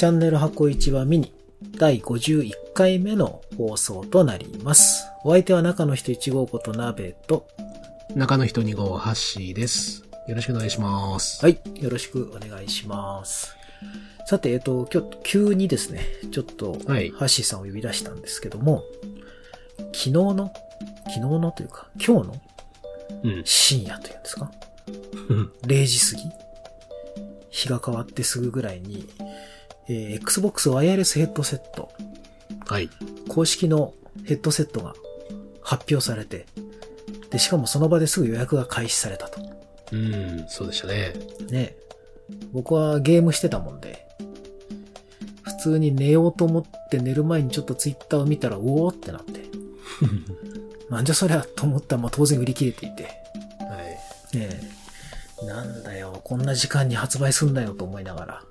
チャンネル箱市場ミニ第51回目の放送となります。お相手は中の人1号こと鍋と中の人2号ハッシーです。よろしくお願いします。 はい、よろしくお願いします。さて、今日急にですね、ちょっとハッシーさんを呼び出したんですけども、昨日のというか今日の深夜というんですか、0時過ぎ、日が変わってすぐぐらいに、Xbox ワイヤレスヘッドセット、 はい、 公式のヘッドセットが発表されて、でしかもその場ですぐ予約が開始されたと。 そうでしたね。 ね、僕はゲームしてたもんで、普通に寝ようと思って寝る前にちょっとツイッターを見たら、おーってなって、なんじゃそりゃと思ったら、当然売り切れていて、 はい、 ねえ、なんだよ、こんな時間に発売すんだよと思いながら。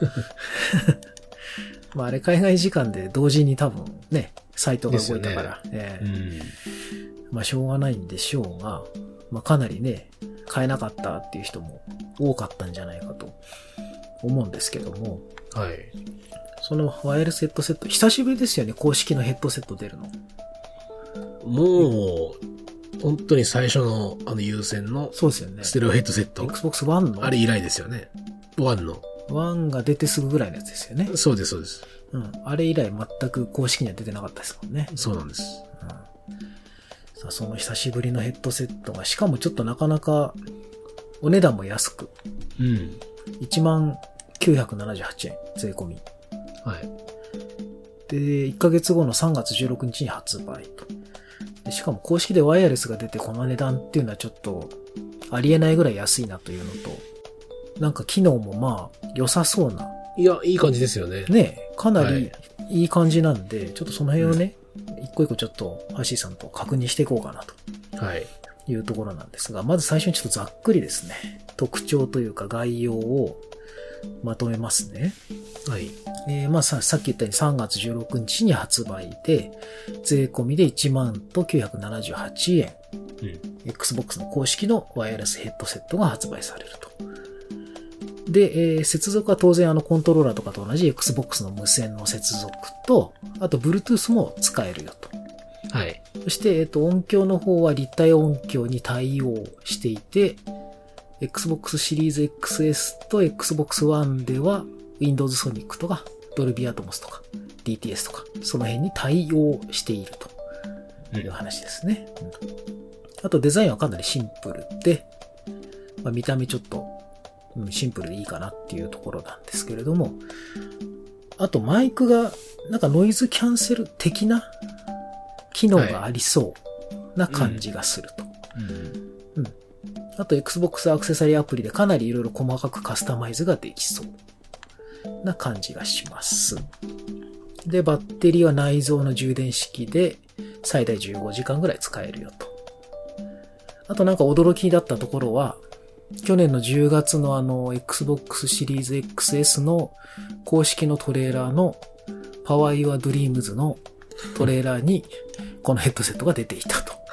あれ海外時間で同時に多分ね、サイトが動いたから、しょうがないんでしょうが、かなりね、買えなかったっていう人も多かったんじゃないかと思うんですけども、 はい。 そのワイヤレスヘッドセット、久しぶりですよね、公式のヘッドセット出るの。 もう、本当に最初の有線のそうですよね。 ステレオヘッドセット。 Xbox One の。 あれ以来ですよね。One の。 1が出てすぐぐらいのやつですよね。 そうです、そうです。 あれ以来全く公式には出てなかったですもんね。 そうなんです。 さあ、その久しぶりのヘッドセットが、しかもちょっとなかなかお値段も安く。1978円、税込み。 はい。 で、1ヶ月後の3月16日に発売と。でしかも公式でワイヤレスが出てこの値段っていうのはちょっとありえないぐらい安いなというのと、なんか機能も良さそうな。 いや、いい感じですよね。 ね、かなりいい感じなんで、ちょっとその辺をね、一個一個ちょっとハッシーさんと確認していこうかなと。はい。いうところなんですが、まず最初にちょっとざっくりですね、特徴というか概要をまとめますね。はい。さっき言ったように3月16日に発売で、税込みで1万と978円。Xbox の公式のワイヤレスヘッドセットが発売されると。で、接続は当然コントローラーとかと同じ Xbox の無線の接続と、あと Bluetooth も使えるよと。はい。そして、音響の方は立体音響に対応していて、Xbox シリーズ XS と Xbox One では Windows Sonic とか Dolby Atmos とか DTS とかその辺に対応しているという話ですね。あとデザインはかなりシンプルで、見た目ちょっとシンプルでいいかなっていうところなんですけれども、あとマイクがなんかノイズキャンセル的な機能がありそうな感じがすると。あと Xbox アクセサリーアプリでかなりいろいろ細かくカスタマイズができそうな感じがします。で、バッテリーは内蔵の充電式で最大15時間ぐらい使えるよと。あとなんか驚きだったところは、去年の10月のXbox シリーズ XS の公式のトレーラーの Power Your Dreams のトレーラーにこのヘッドセットが出ていたと。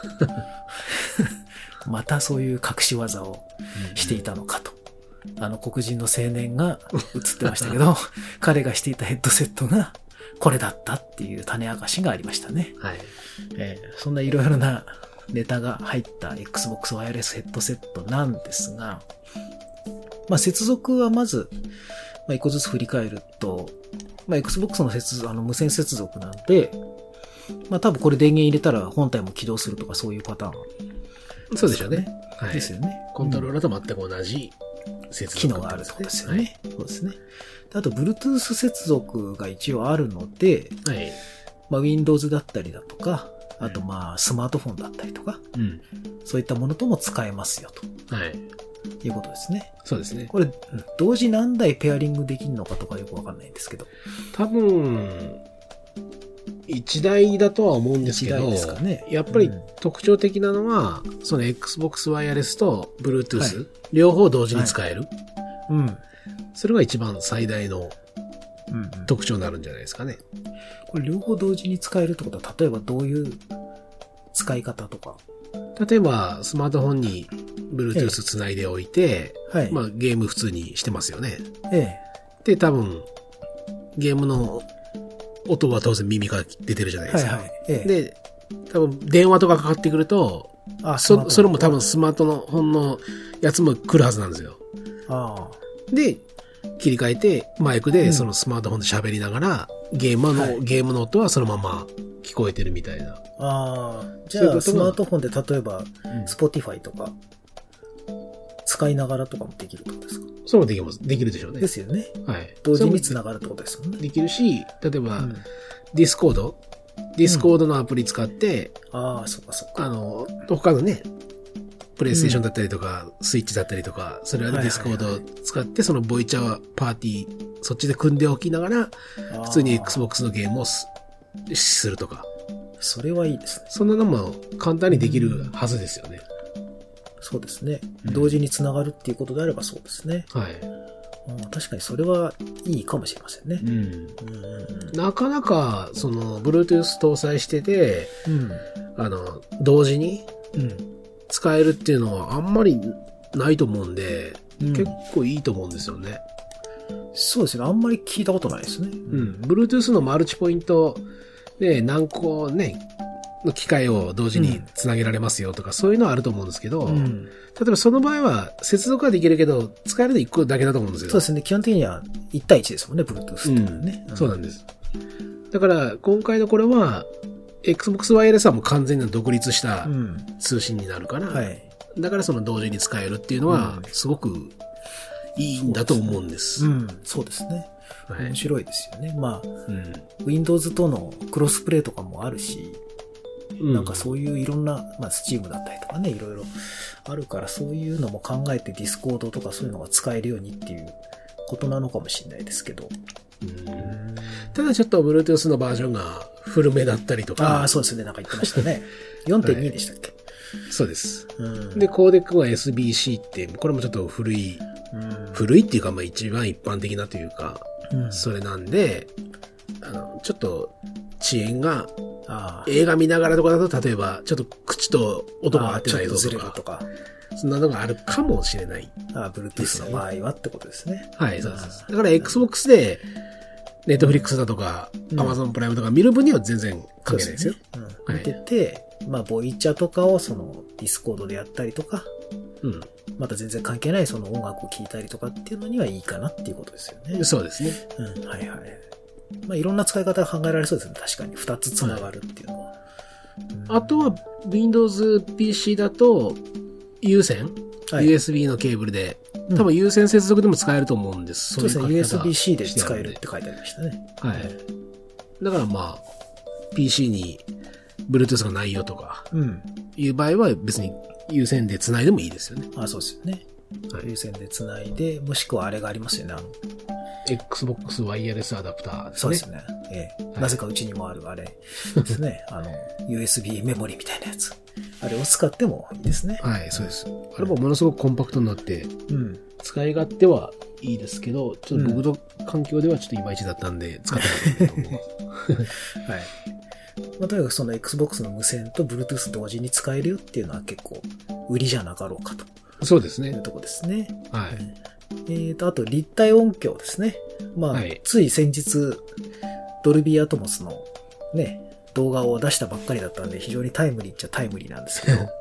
またそういう隠し技をしていたのかと。黒人の青年が映ってましたけど、彼がしていたヘッドセットがこれだったっていう種明かしがありましたね。はい。そんないろいろなネタが入った Xbox ワイヤレスヘッドセットなんですが、接続はまず、一個ずつ振り返ると、Xbox の無線接続なんで、多分これ電源入れたら本体も起動するとかそういうパターン。 そうでしょうね。はい。 ですよね。 コントローラーと全く同じ接続、 機能があるってことですよね。そうですね。あと、Bluetooth 接続が一応あるので、はい。Windows だったりだとか、あとスマートフォンだったりとか、そういったものとも使えますよと。はい。いうことですね。 そうですね。 これ、同時何台ペアリングできるのかとかよくわかんないんですけど。 多分、1台だとは思うんですけど、ですかね、やっぱり特徴的なのは、その Xbox ワイヤレスと Bluetooth、両方同時に使える。それが一番最大の特徴になるんじゃないですかね。 これ両方同時に使えるってことは、例えばどういう使い方とか。 例えば、スマートフォンに Bluetooth つないでおいて、ゲーム普通にしてますよね。で、多分、 ゲームの音は当然耳から出てるじゃないですか。 はいはい。 で、多分電話とかかかってくると、それも多分スマートフォンのやつも来るはずなんですよ。で、切り替えて、マイクでそのスマートフォンで喋りながら、ゲームの音はそのまま聞こえてるみたいな。 じゃあ、スマートフォンで例えば、Spotify とか、使いながらとかもできるってことですか？ そうもできます。できるでしょうね。 ですよね。 はい。 同時に繋がるってことですもんね。 できるし、例えば、ディスコードのアプリ使って、 そっかそっか。 他のね、プレイステーションだったりとか、スイッチだったりとか、それはディスコードを使って、そのボイチャーパーティー、そっちで組んでおきながら、普通に Xbox のゲームをするとか。 それはいいですね。 そんなのも簡単にできるはずですよね。 そうですね。同時に繋がるっていうことであればそうですね。 はい。 確かにそれはいいかもしれませんね。 なかなか、Bluetooth 搭載してて、同時に使えるっていうのはあんまりないと思うんで、結構いいと思うんですよね。 そうですね。あんまり聞いたことないですね。 Bluetooth のマルチポイントで何個ね、の機械を同時につなげられますよとか、そういうのはあると思うんですけど、例えばその場合は接続はできるけど、使えるの1個だけだと思うんですよ。 そうですね。基本的には1対1ですもんね、Bluetooth っていうのはね。 そうなんです。だから、今回のこれは、Xbox ワイヤレスはもう完全に独立した通信になるから、だからその同時に使えるっていうのは、すごくいいんだと思うんです。 そうですね。面白いですよね。Windows とのクロスプレイとかもあるし、なんかそういういろんな、Steam だったりとかね、いろいろあるから、そういうのも考えて Discord とかそういうのが使えるようにっていうことなのかもしれないですけど。 ただちょっと Bluetooth のバージョンが古めだったりとか。 そうですね。なんか言ってましたね。4.2 でしたっけ？ そうです。で、コーデックが SBC って、これもちょっと古いっていうか、一番一般的なというか、それなんで、ちょっと遅延が、映画見ながらとかだと、例えば、ちょっと口と音が合ってないぞとか、そんなのがあるかもしれない。 Bluetooth の場合はってことですね。 はい、そうです。だから Xbox で、Netflix だとか、Amazon プライムとか見る分には全然関係ないですよ。 見てて、ボイチャとかをDiscord でやったりとか、また全然関係ないその音楽を聴いたりとかっていうのにはいいかなっていうことですよね。 そうですね。 はいはい。いろんな使い方が考えられそうですね。確かに。2つ繋がるっていうのは。 あとは、Windows PC だと、有線、USB のケーブルで、多分有線接続でも使えると思うんです。 そうですね。USB-C で使えるって書いてありましたね。 はい。だからPC に Bluetooth がないよとか、いう場合は別に有線で繋いでもいいですよね。 そうですよね。有線で繋いで、もしくはあれがありますよね。 Xbox ワイヤレスアダプターですね。 そうですね。なぜかうちにもあるあれですね。USB メモリみたいなやつ。あれを使ってもいいですね。 はい、そうです。あれもものすごくコンパクトになって、使い勝手はいいですけど、ちょっと僕の環境ではちょっといまいちだったんで、使ってないと思います。 はい。とにかくその Xbox の無線と Bluetooth 同時に使えるよっていうのは結構売りじゃなかろうかと。 そうですね。 いうとこですね。 はい。 あと立体音響ですね。つい先日、ドルビーアトモスのね、動画を出したばっかりだったんで、非常にタイムリーっちゃタイムリーなんですけど。はい。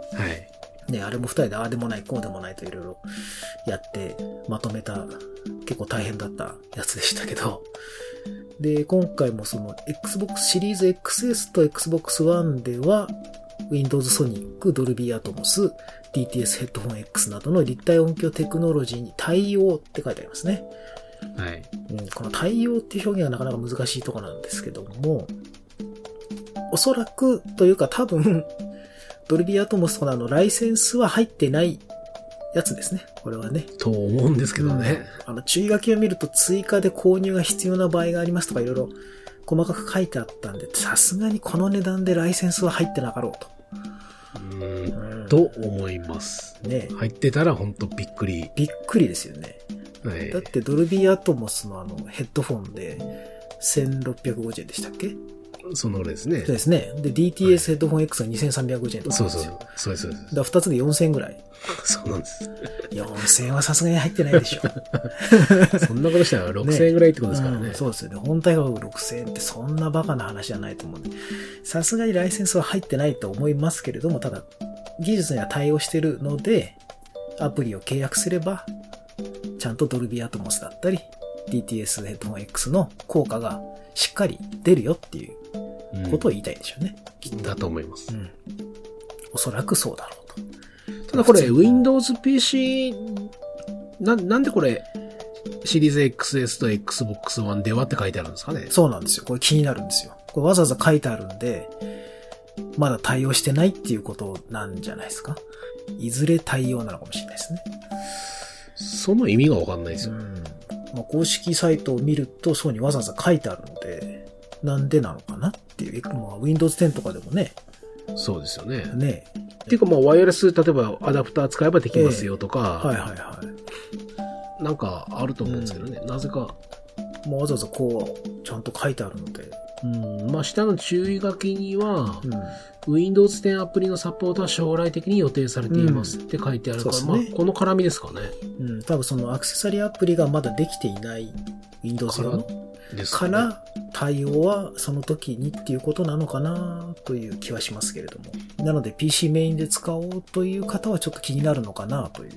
ね、あれも二人でああでもない、こうでもないといろいろやって、まとめた、結構大変だったやつでしたけど。で、今回もその Xbox シリーズ XS と Xbox One では、Windows Sonic、Dolby Atmos、DTS ヘッドホン X などの立体音響テクノロジーに対応って書いてありますね。 はい。 この対応っていう表現はなかなか難しいところなんですけども、おそらくというか多分、Dolby Atmos のライセンスは入ってないやつですね。これはね。 と思うんですけどね。 注意書きを見ると追加で購入が必要な場合がありますとかいろいろ細かく書いてあったんで、さすがにこの値段でライセンスは入ってなかろうと。 と思います。 ね。 入ってたらほんとびっくり。 びっくりですよね。 はい、 だってドルビーアトモスのヘッドフォンで1650円でしたっけ？ そのですね。 そうですね。で、DTS ヘッドフォン X が2350円とか。 そうそう。そうです。 だ2つで4000円ぐらい。 そうなんです。 4000円はさすがに入ってないでしょ。 そんなことしたら6000円ぐらいってことですからね。 そうですよね。本体価格6000円ってそんなバカな話じゃないと思うんで。さすがにライセンスは入ってないと思いますけれども、ただ、技術には対応してるので、アプリを契約すれば、ちゃんとドルビーアトモスだったり、DTS ヘッドホン X の効果がしっかり出るよっていうことを言いたいんでしょうね。 だと思います。 おそらくそうだろうと。 ただこれ Windows PC なんでこれシリーズ XS と Xbox One ではって書いてあるんですかね。 そうなんですよ。これ気になるんですよ。これわざわざ書いてあるんで、まだ対応してないっていうことなんじゃないですか。いずれ対応なのかもしれないですね。 その意味がわかんないですよ。 公式サイトを見るとそうにわざわざ書いてあるので、なんでなのかなっていう。Windows 10とかでもね。 そうですよね。 ね。 っていうかワイヤレス、例えばアダプター使えばできますよとか。 はいはいはい。 なんかあると思うんですけどね。なぜか。 わざわざこう、ちゃんと書いてあるので。 下の注意書きには、Windows 10アプリのサポートは将来的に予定されていますって書いてあるから、この絡みですかね。 多分そのアクセサリーアプリがまだできていない Windows 用のから対応はその時にっていうことなのかなという気はしますけれども。なので PC メインで使おうという方はちょっと気になるのかなという。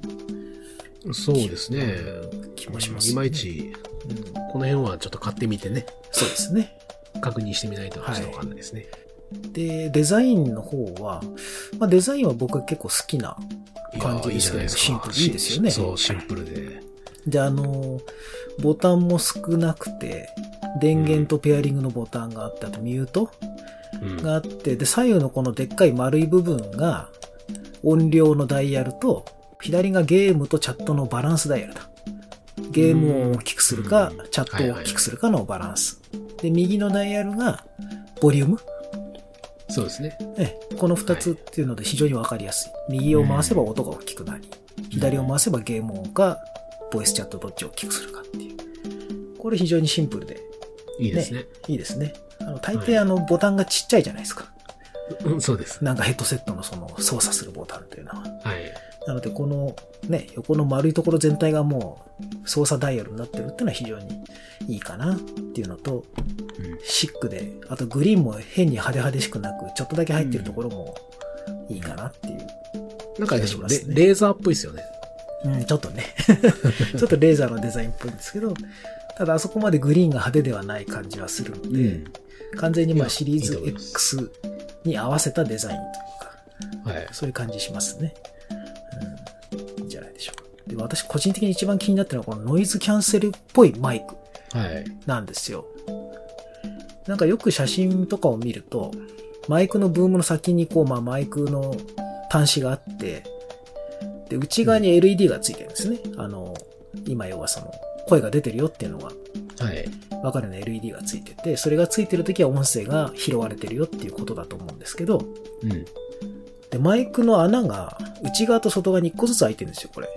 そうですね。 気もします、 いまいち、この辺はちょっと買ってみてね。 そうですね。 確認してみないとちょっとわかんないですね。 で、デザインの方は、デザインは僕は結構好きな感じですけど、シンプルいいですよね。 そう、シンプルで。 で、ボタンも少なくて、電源とペアリングのボタンがあって、あとミュートがあって、で、左右のこのでっかい丸い部分が音量のダイヤルと、左がゲームとチャットのバランスダイヤルだ。ゲームを大きくするか、チャットを大きくするかのバランス。で、右のダイヤルがボリューム。 そうですね。 この二つっていうので非常にわかりやすい。右を回せば音が大きくなり、左を回せばゲーム音か、ボイスチャットどっちを大きくするかっていう。これ非常にシンプルで。 いいですね。 いいですね。大抵ボタンがちっちゃいじゃないですか。 そうです。 なんかヘッドセットのその操作するボタンっていうのは。 はい。 なのでこのね、横の丸いところ全体がもう操作ダイヤルになってるっていうのは非常にいいかなっていうのと、シックで、あとグリーンも変に派手派手しくなく、ちょっとだけ入ってるところもいいかなっていう。 なんかレーザーっぽいですよね。 ちょっとね。ちょっとレーザーのデザインっぽいんですけど、ただあそこまでグリーンが派手ではない感じはするので、完全にシリーズ X に合わせたデザインというか、そういう感じしますね。いいんじゃないでしょうか。で、私個人的に一番気になってるのはこのノイズキャンセルっぽいマイクなんですよ。なんかよく写真とかを見ると、マイクのブームの先にマイクの端子があって、で、内側に LED がついてるんですね。今要はその、声が出てるよっていうのが、わかるような LED がついてて、それがついてるときは音声が拾われてるよっていうことだと思うんですけど、で、マイクの穴が内側と外側に1個ずつ開いてるんですよ、これ。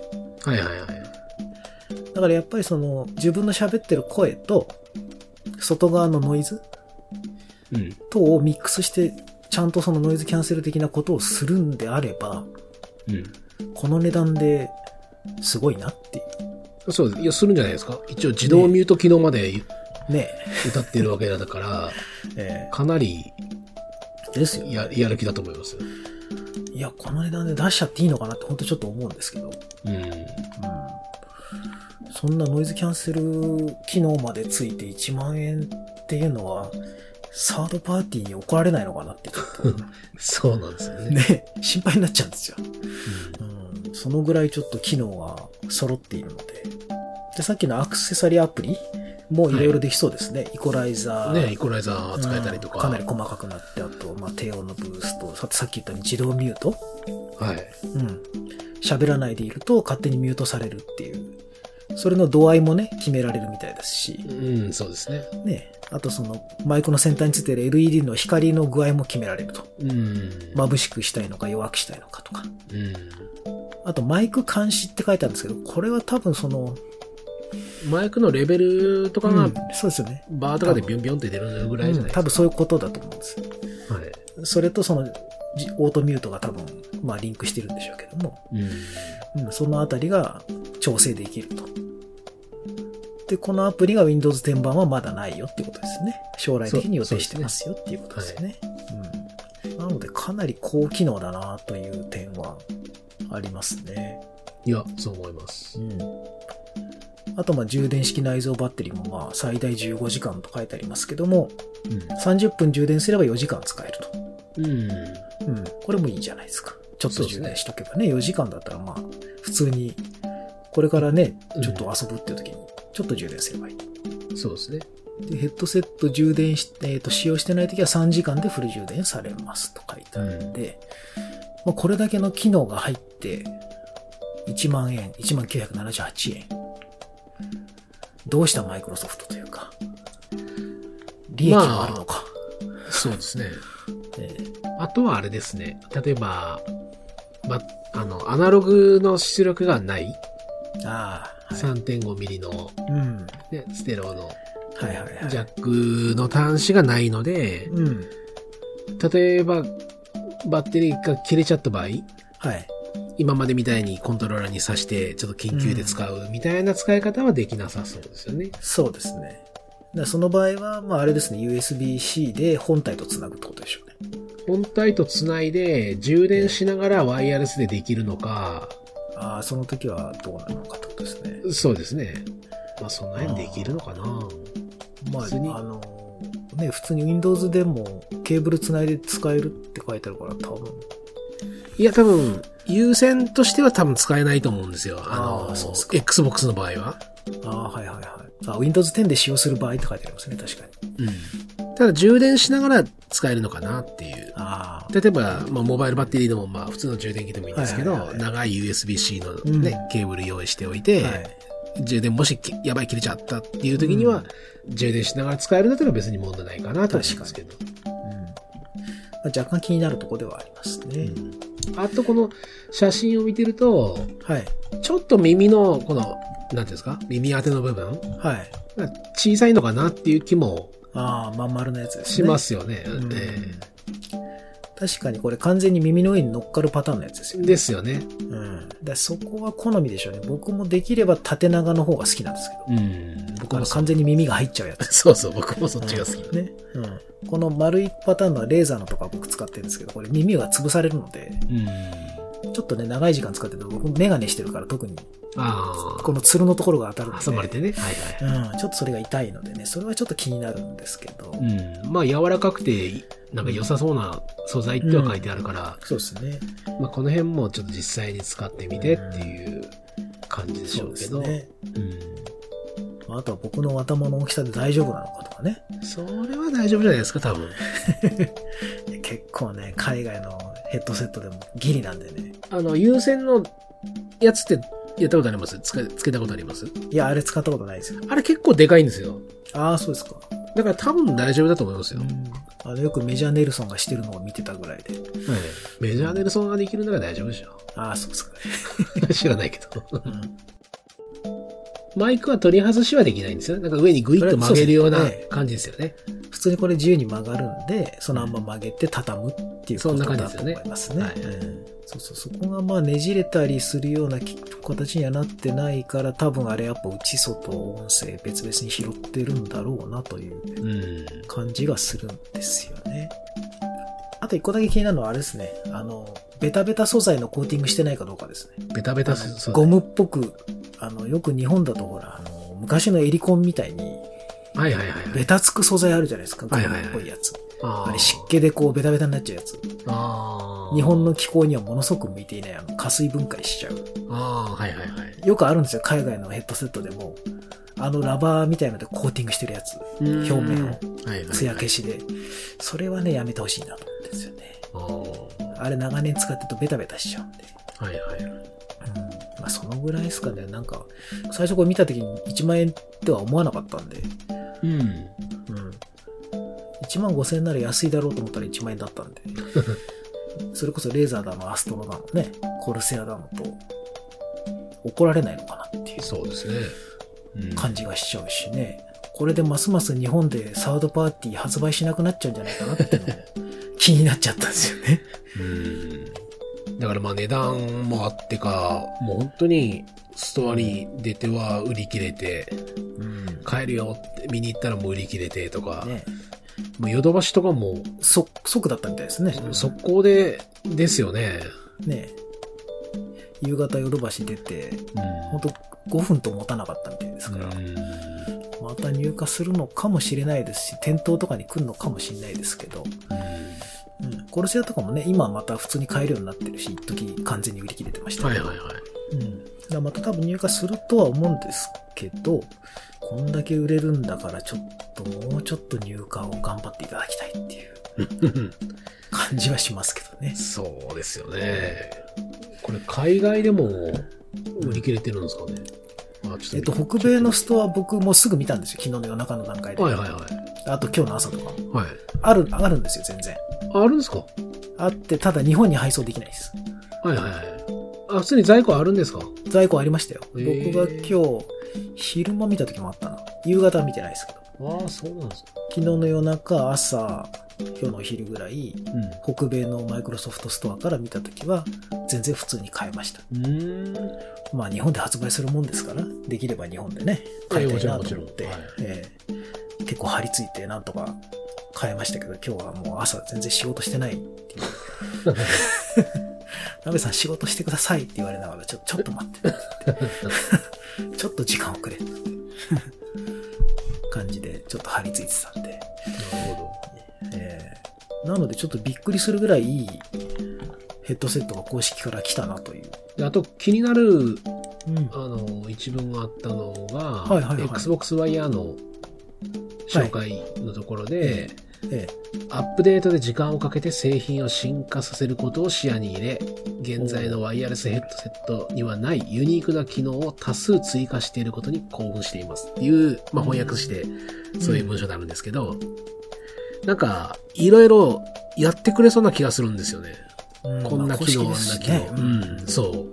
だからやっぱりその、自分の喋ってる声と、外側のノイズ等をミックスして、ちゃんとそのノイズキャンセル的なことをするんであれば、この値段ですごいなっていう。 そうです。いや、するんじゃないですか。一応自動ミュート機能まで歌ってるわけだから、かなりですよ。 やる気だと思います。 いや、この値段で出しちゃっていいのかなって本当ちょっと思うんですけど。そんなノイズキャンセル機能までついて1万円っていうのは、サードパーティーに怒られないのかなってちょっと。 そうなんですよね。 心配になっちゃうんですよ。そのぐらいちょっと機能が揃っているので。で、さっきのアクセサリーアプリもいろいろできそうですね。イコライザー。 イコライザー使えたりとか。 かなり細かくなって、あと、低音のブースト、さっき言ったように自動ミュート。喋らないでいると勝手にミュートされるっていう。それの度合いもね、決められるみたいですし。 そうですね。 あとその、マイクの先端についている LED の光の具合も決められると。眩しくしたいのか弱くしたいのかとか。あと、マイク監視って書いてあるんですけど、これは多分その、 マイクのレベルとかが、 そうですよね。 バーとかでビョンビョンって出るぐらいじゃないですか。 多分そういうことだと思うんですよ。はい。それとその、オートミュートが多分、リンクしてるんでしょうけども、そのあたりが調整できると。で、このアプリが Windows 10版はまだないよっていうことですね。将来的に予定してますよっていうことですよね。なので、かなり高機能だなという点はありますね。 いや、そう思います。 あと、充電式内蔵バッテリーも最大15時間と書いてありますけども、30分充電すれば4時間使えると。これもいいじゃないですか。ちょっと充電しとけばね、4時間だったら普通に、これからね、ちょっと遊ぶっていう時に、ちょっと充電すればいい。 そうですね。 で、ヘッドセット充電して、使用してない時は3時間でフル充電されますと書いてあるんで、これだけの機能が入って、1万円、1978円。どうしたマイクロソフトというか、利益があるのか。 そうですね。あとはあれですね。例えば、アナログの出力がない。3.5 ミリの、ステレオの、ジャックの端子がないので、例えば、バッテリーが切れちゃった場合、今までみたいにコントローラーに挿して、ちょっと緊急で使うみたいな使い方はできなさそうですよね。 そうですね。その場合は、あれですね、USB-C で本体とつなぐってことでしょうね。 本体とつないで、充電しながらワイヤレスでできるのか。 その時はどうなるのかってことですね。 そうですね。その辺できるのかな。 普通に。普通に Windows でもケーブルつないで使えるって書いてあるから多分。 いや、多分、優先としては多分使えないと思うんですよ。Xbox の場合は。 Windows 10で使用する場合って書いてありますね、確かに。 ただ充電しながら使えるのかなっていう。例えば、モバイルバッテリーでも普通の充電器でもいいんですけど、長い USB-C のね、ケーブル用意しておいて、充電もしやばい切れちゃったっていう時には、充電しながら使えるんだったら別に問題ないかなと思うんですけど。 若干気になるところではありますね。 あとこの写真を見てると、ちょっと耳のこの、なんていうんですか、耳当ての部分、小さいのかなっていう気も、 まん丸なやつですね。 しますよね。 確かにこれ完全に耳の上に乗っかるパターンのやつですよね。 ですよね。 そこは好みでしょうね。僕もできれば縦長の方が好きなんですけど。僕は完全に耳が入っちゃうやつ。 そうそう、僕もそっちが好き。 ね。この丸いパターンのレーザーのとか僕使ってるんですけど、これ耳が潰されるので、ちょっとね、長い時間使ってると僕メガネしてるから特に、このツルのところが当たるので。 挟まれてね。 ちょっとそれが痛いのでね、それはちょっと気になるんですけど。 柔らかくて、なんか良さそうな素材っては書いてあるから、 そうですね。 この辺もちょっと実際に使ってみてっていう感じでしょうけど。 あとは僕の頭の大きさで大丈夫なのかとかね。 それは大丈夫じゃないですか、多分。 結構ね、海外のヘッドセットでもギリなんでね。 有線のやつってやったことあります？つけたことあります？ いや、あれ使ったことないですよ。 あれ結構でかいんですよ。 そうですか。 だから多分大丈夫だと思いますよ。 よくメジャーネルソンがしてるのを見てたぐらいで。 メジャーネルソンができるなら大丈夫でしょ。 そうですかね。知らないけど。マイクは取り外しはできないんですよ。なんか上にグイッと曲げるような感じですよね。 普通にこれ自由に曲がるんで、そのまま曲げて畳むっていうことだと思いますね。そこがねじれたりするような形にはなってないから、多分あれやっぱ内外音声別々に拾ってるんだろうなという感じがするんですよね。あと一個だけ気になるのはあれですね。ベタベタ素材のコーティングしてないかどうかですね。 ベタベタ素材。 ゴムっぽく、よく日本だとほら、昔のエリコンみたいに、ベタつく素材あるじゃないですか。ゴムっぽいやつ。あれ湿気でこうベタベタになっちゃうやつ。日本の気候にはものすごく向いていない加水分解しちゃう。よくあるんですよ。海外のヘッドセットでも。ラバーみたいなのでコーティングしてるやつ。表面を。艶消しで。それはね、やめてほしいなと思ってるんですよね。あれ長年使ってるとベタベタしちゃうんで。そのぐらいですかね。なんか、最初これ見た時に1万円っては思わなかったんで。1万5千円なら安いだろうと思ったら1万円だったんで。それこそレーザーだの、アストロだのね、コルセアだのと、怒られないのかなっていう。 そうですね。 感じがしちゃうしね。これでますます日本でサードパーティー発売しなくなっちゃうんじゃないかなっていうのも気になっちゃったんですよね。 だからまあ値段もあってか、もう本当にストアに出ては売り切れて、買えるよって見に行ったらもう売り切れてとか、ね、もうヨドバシとかも即だったみたいですね。 速攻ですよね。 ね、夕方ヨドバシ出て、本当5分と持たなかったみたいですから、また入荷するのかもしれないですし、店頭とかに来るのかもしれないですけど、コルセアとかもね、今また普通に買えるようになってるし、一時完全に売り切れてましたけど、だまた多分入荷するとは思うんですけど、こんだけ売れるんだからもうちょっと入荷を頑張っていただきたいっていう感じはしますけどね。 そうですよね。これ海外でも売り切れてるんですかね。 北米のストア僕もすぐ見たんですよ。昨日の夜中の段階で。あと今日の朝とかも。あるんですよ、全然。 あるんですか？ あって、ただ日本に配送できないです。 普通に在庫あるんですか？在庫ありましたよ。僕が今日、昼間見た時もあったな。夕方は見てないですけど。 ああ、そうなんですか。 昨日の夜中、朝、今日のお昼ぐらい、北米のマイクロソフトストアから見た時は、全然普通に買えました。まあ日本で発売するもんですから、できれば日本でね、買いたいなと思って、結構張り付いてなんとか買えましたけど、今日はもう朝全然仕事してないっていう。なべさん仕事してくださいって言われながら、ちょっと待って。ちょっと時間をくれ。感じで、ちょっと張り付いてたんで。 なるほど。なのでちょっとびっくりするぐらいいいヘッドセットが公式から来たなという。 であと気になる、一文があったのが、Xbox Wire の紹介のところで、アップデートで時間をかけて製品を進化させることを視野に入れ、現在のワイヤレスヘッドセットにはないユニークな機能を多数追加していることに興奮していますっていう、翻訳してそういう文章になるんですけど、なんかいろいろやってくれそうな気がするんですよね。こんな機能、あんな機能。そう。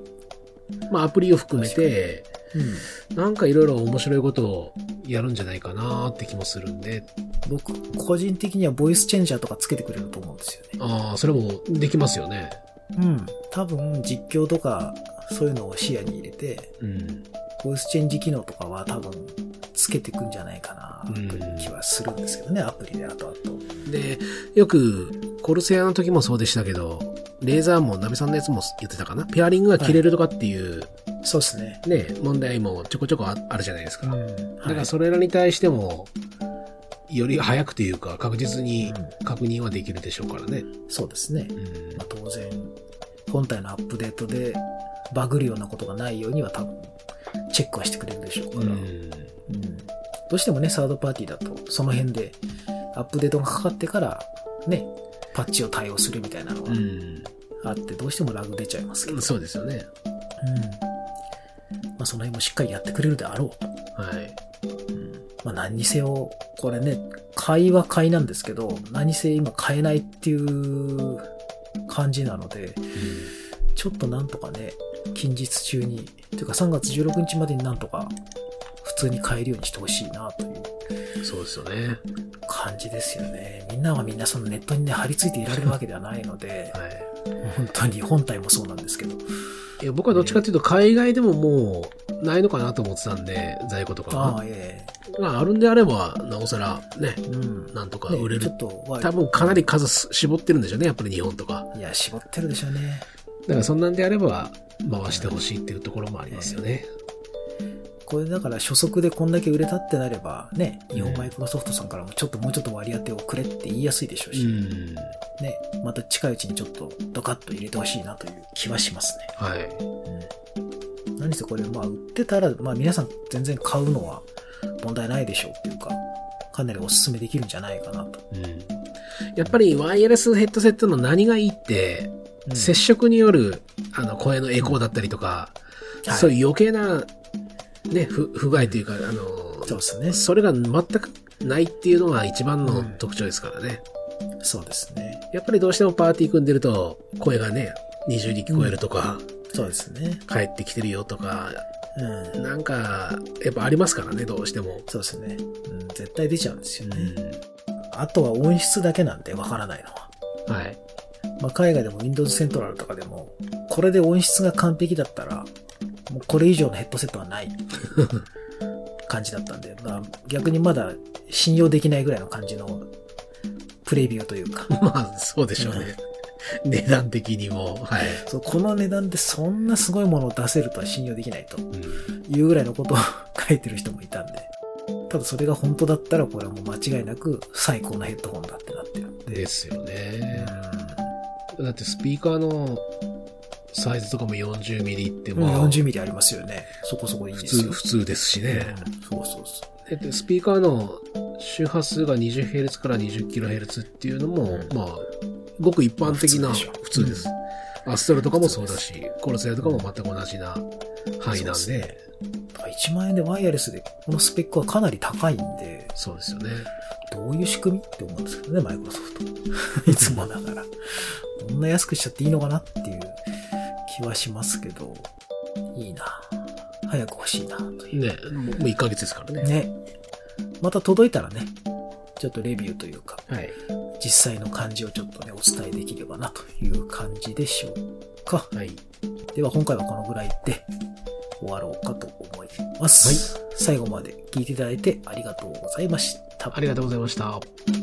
アプリを含めて、なんかいろいろ面白いことをやるんじゃないかなって気もするんで。 僕、個人的にはボイスチェンジャーとかつけてくれると思うんですよね。 ああ、それもできますよね。 多分実況とかそういうのを視野に入れて、ボイスチェンジ機能とかは多分つけていくんじゃないかなという気はするんですけどね、アプリで後々。 で、よくコルセアの時もそうでしたけど、レーザーもナベさんのやつも言ってたかな、ペアリングが切れるとかっていう、 そうですね。 問題もちょこちょこあるじゃないですか。だからそれらに対しても、より早くというか確実に確認はできるでしょうからね。 そうですね。当然、本体のアップデートでバグるようなことがないようには多分、チェックはしてくれるでしょうから。どうしてもね、サードパーティーだと、その辺でアップデートがかかってから、ね、パッチを対応するみたいなのがあって、どうしてもラグ出ちゃいますけど。 そうですよね。 その辺もしっかりやってくれるであろうと。何にせよ、これね、買いは買いなんですけど、何せ今買えないっていう感じなので、ちょっとなんとかね、近日中に、というか3月16日までになんとか普通に買えるようにしてほしいなという。 そうですよね。 感じですよね。みんなはみんなそのネットにね、張り付いていられるわけではないので、本当に本体もそうなんですけど。 いや、僕はどっちかというと海外でももうないのかなと思ってたんで、在庫とかが。あるんであれば、なおさらね、なんとか売れる。多分かなり数絞ってるんでしょうね、やっぱり日本とか。 いや、絞ってるでしょうね。 だからそんなんであれば、回してほしいっていうところもありますよね。 これだから初速でこんだけ売れたってなれば、ね、日本マイクロソフトさんからももうちょっと割り当てをくれって言いやすいでしょうし、ね、また近いうちにちょっとドカッと入れてほしいなという気はしますね。何せこれ、売ってたら、皆さん全然買うのは問題ないでしょうっていうか、かなりお勧めできるんじゃないかなと。 やっぱりワイヤレスヘッドセットの何がいいって、接触による声のエコーだったりとか、そういう余計な、ね、不具合というか、 そうですね。 それが全くないっていうのが一番の特徴ですからね。 そうですね。 やっぱりどうしてもパーティー組んでると、声がね、20に聞こえるとか、 そうですね。 帰ってきてるよとか、 うん。なんか、やっぱありますからね、どうしても。 そうですね。うん、絶対出ちゃうんですよね。あとは音質だけなんでわからないのは。はい。まあ、海外でも Windows Central とかでも、これで音質が完璧だったら、もうこれ以上のヘッドセットはないっていう感じだったんで、まあ、逆にまだ信用できないぐらいの感じのプレビューというか。 まあ、そうでしょうね。値段的にも。はい。 そう、この値段でそんなすごいものを出せるとは信用できないというぐらいのことを書いてる人もいたんで。ただそれが本当だったらこれはもう間違いなく最高のヘッドホンだってなってるんで。 ですよね。だってスピーカーのサイズとかも40ミリって 40ミリありますよね。そこそこいいですよ。 普通ですしね。 そうそうそう。 で、スピーカーの周波数が 20Hz から 20kHz っていうのも、まあ、ごく一般的な普通です。アストロとかもそうだし、コルセアとかも全く同じな範囲なんで。 1万円でワイヤレスでこのスペックはかなり高いんで。 そうですよね。 どういう仕組みって思うんですけどね、マイクロソフト。いつもながら。こんな安くしちゃっていいのかなっていう気はしますけど、いいな。早く欲しいな、という。 ね、もう1ヶ月ですからね。 ね。また届いたらね、ちょっとレビューというか、 はい、 実際の感じをちょっとね、お伝えできればなという感じでしょうか。 はい。 では今回はこのぐらいで終わろうかと思います。はい。最後まで聞いていただいてありがとうございました。 ありがとうございました。